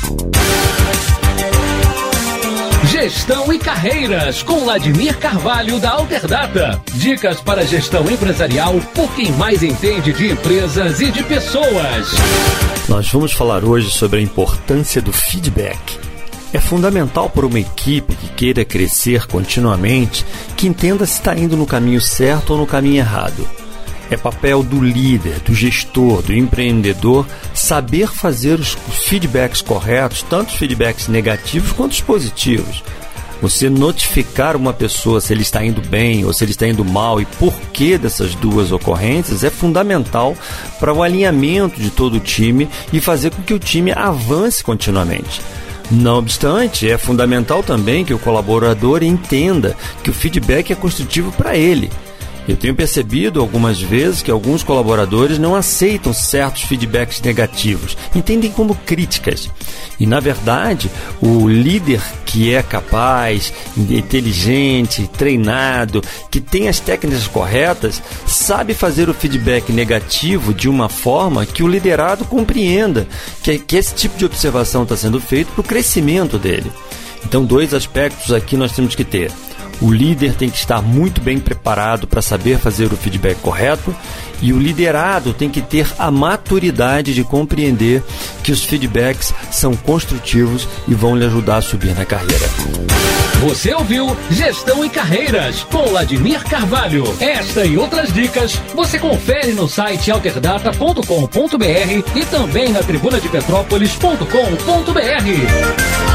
Gestão e Carreiras, com Vladimir Carvalho, da Alterdata. Dicas para gestão empresarial por quem mais entende de empresas e de pessoas. Nós vamos falar hoje sobre a importância do feedback. É fundamental para uma equipe que queira crescer continuamente que entenda se está indo no caminho certo ou no caminho errado. É papel do líder, do gestor, do empreendedor saber fazer os feedbacks corretos, tanto os feedbacks negativos quanto os positivos. Você notificar uma pessoa se ele está indo bem ou se ele está indo mal e por que dessas duas ocorrências é fundamental para o alinhamento de todo o time e fazer com que o time avance continuamente. Não obstante, é fundamental também que o colaborador entenda que o feedback é construtivo para ele. Eu tenho percebido algumas vezes que alguns colaboradores não aceitam certos feedbacks negativos, entendem como críticas. E, na verdade, o líder que é capaz, inteligente, treinado, que tem as técnicas corretas, sabe fazer o feedback negativo de uma forma que o liderado compreenda que esse tipo de observação está sendo feito para o crescimento dele. Então, 2 aspectos aqui nós temos que ter. O líder tem que estar muito bem preparado para saber fazer o feedback correto e o liderado tem que ter a maturidade de compreender que os feedbacks são construtivos e vão lhe ajudar a subir na carreira. Você ouviu Gestão e Carreiras com Vladimir Carvalho. Esta e outras dicas você confere no site alterdata.com.br e também na tribunadepetrópolis.com.br.